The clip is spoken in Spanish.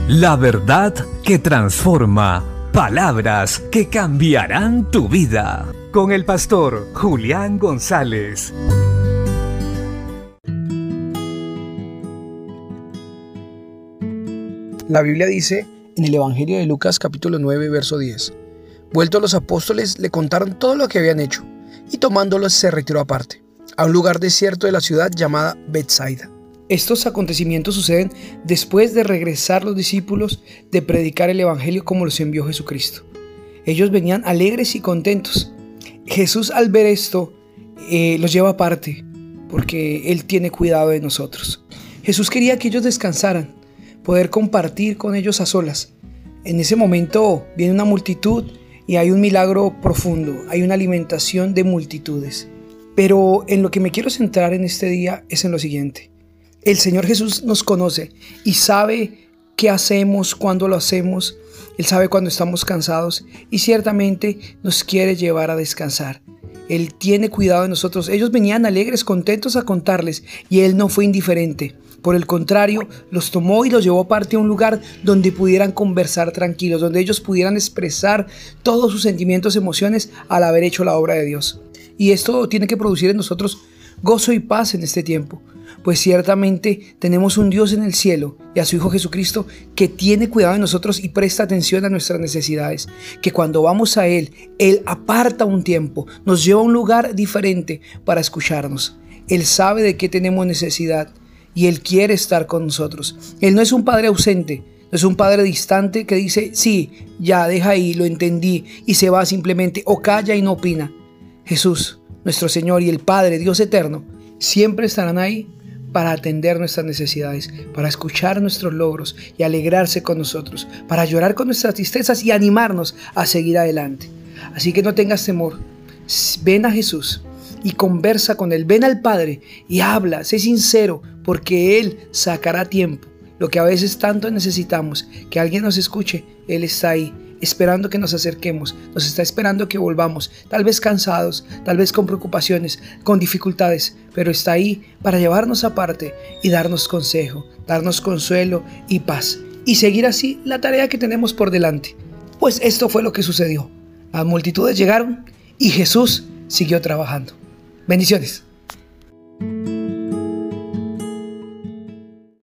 La verdad que transforma. Palabras que cambiarán tu vida. Con el pastor Julián González. La Biblia dice en el Evangelio de Lucas capítulo 9 verso 10: Vueltos los apóstoles le contaron todo lo que habían hecho, y tomándolos se retiró aparte, a un lugar desierto de la ciudad llamada Betsaida. Estos acontecimientos suceden después de regresar los discípulos de predicar el Evangelio como los envió Jesucristo. Ellos venían alegres y contentos. Jesús, al ver esto, los lleva aparte, porque Él tiene cuidado de nosotros. Jesús quería que ellos descansaran, poder compartir con ellos a solas. En ese momento viene una multitud y hay un milagro profundo, hay una alimentación de multitudes. Pero en lo que me quiero centrar en este día es en lo siguiente. El Señor Jesús nos conoce y sabe qué hacemos, cuándo lo hacemos. Él sabe cuando estamos cansados y ciertamente nos quiere llevar a descansar. Él tiene cuidado de nosotros. Ellos venían alegres, contentos a contarles, y Él no fue indiferente. Por el contrario, los tomó y los llevó aparte a un lugar donde pudieran conversar tranquilos, donde ellos pudieran expresar todos sus sentimientos, emociones al haber hecho la obra de Dios. Y esto tiene que producir en nosotros gozo y paz en este tiempo, pues ciertamente tenemos un Dios en el cielo y a su Hijo Jesucristo que tiene cuidado de nosotros y presta atención a nuestras necesidades, que cuando vamos a Él, Él aparta un tiempo, nos lleva a un lugar diferente para escucharnos. Él sabe de qué tenemos necesidad y Él quiere estar con nosotros. Él no es un Padre ausente, no es un Padre distante que dice, sí, ya, deja ahí, lo entendí, y se va simplemente, o calla y no opina. Jesús, nuestro Señor y el Padre, Dios eterno, siempre estarán ahí para atender nuestras necesidades, para escuchar nuestros logros y alegrarse con nosotros, para llorar con nuestras tristezas y animarnos a seguir adelante. Así que no tengas temor, ven a Jesús y conversa con Él, ven al Padre y habla, sé sincero, porque Él sacará tiempo. Lo que a veces tanto necesitamos, que alguien nos escuche, Él está ahí, esperando que nos acerquemos, nos está esperando que volvamos, tal vez cansados, tal vez con preocupaciones, con dificultades, pero está ahí para llevarnos aparte y darnos consejo, darnos consuelo y paz, y seguir así la tarea que tenemos por delante. Pues esto fue lo que sucedió. Las multitudes llegaron y Jesús siguió trabajando. Bendiciones.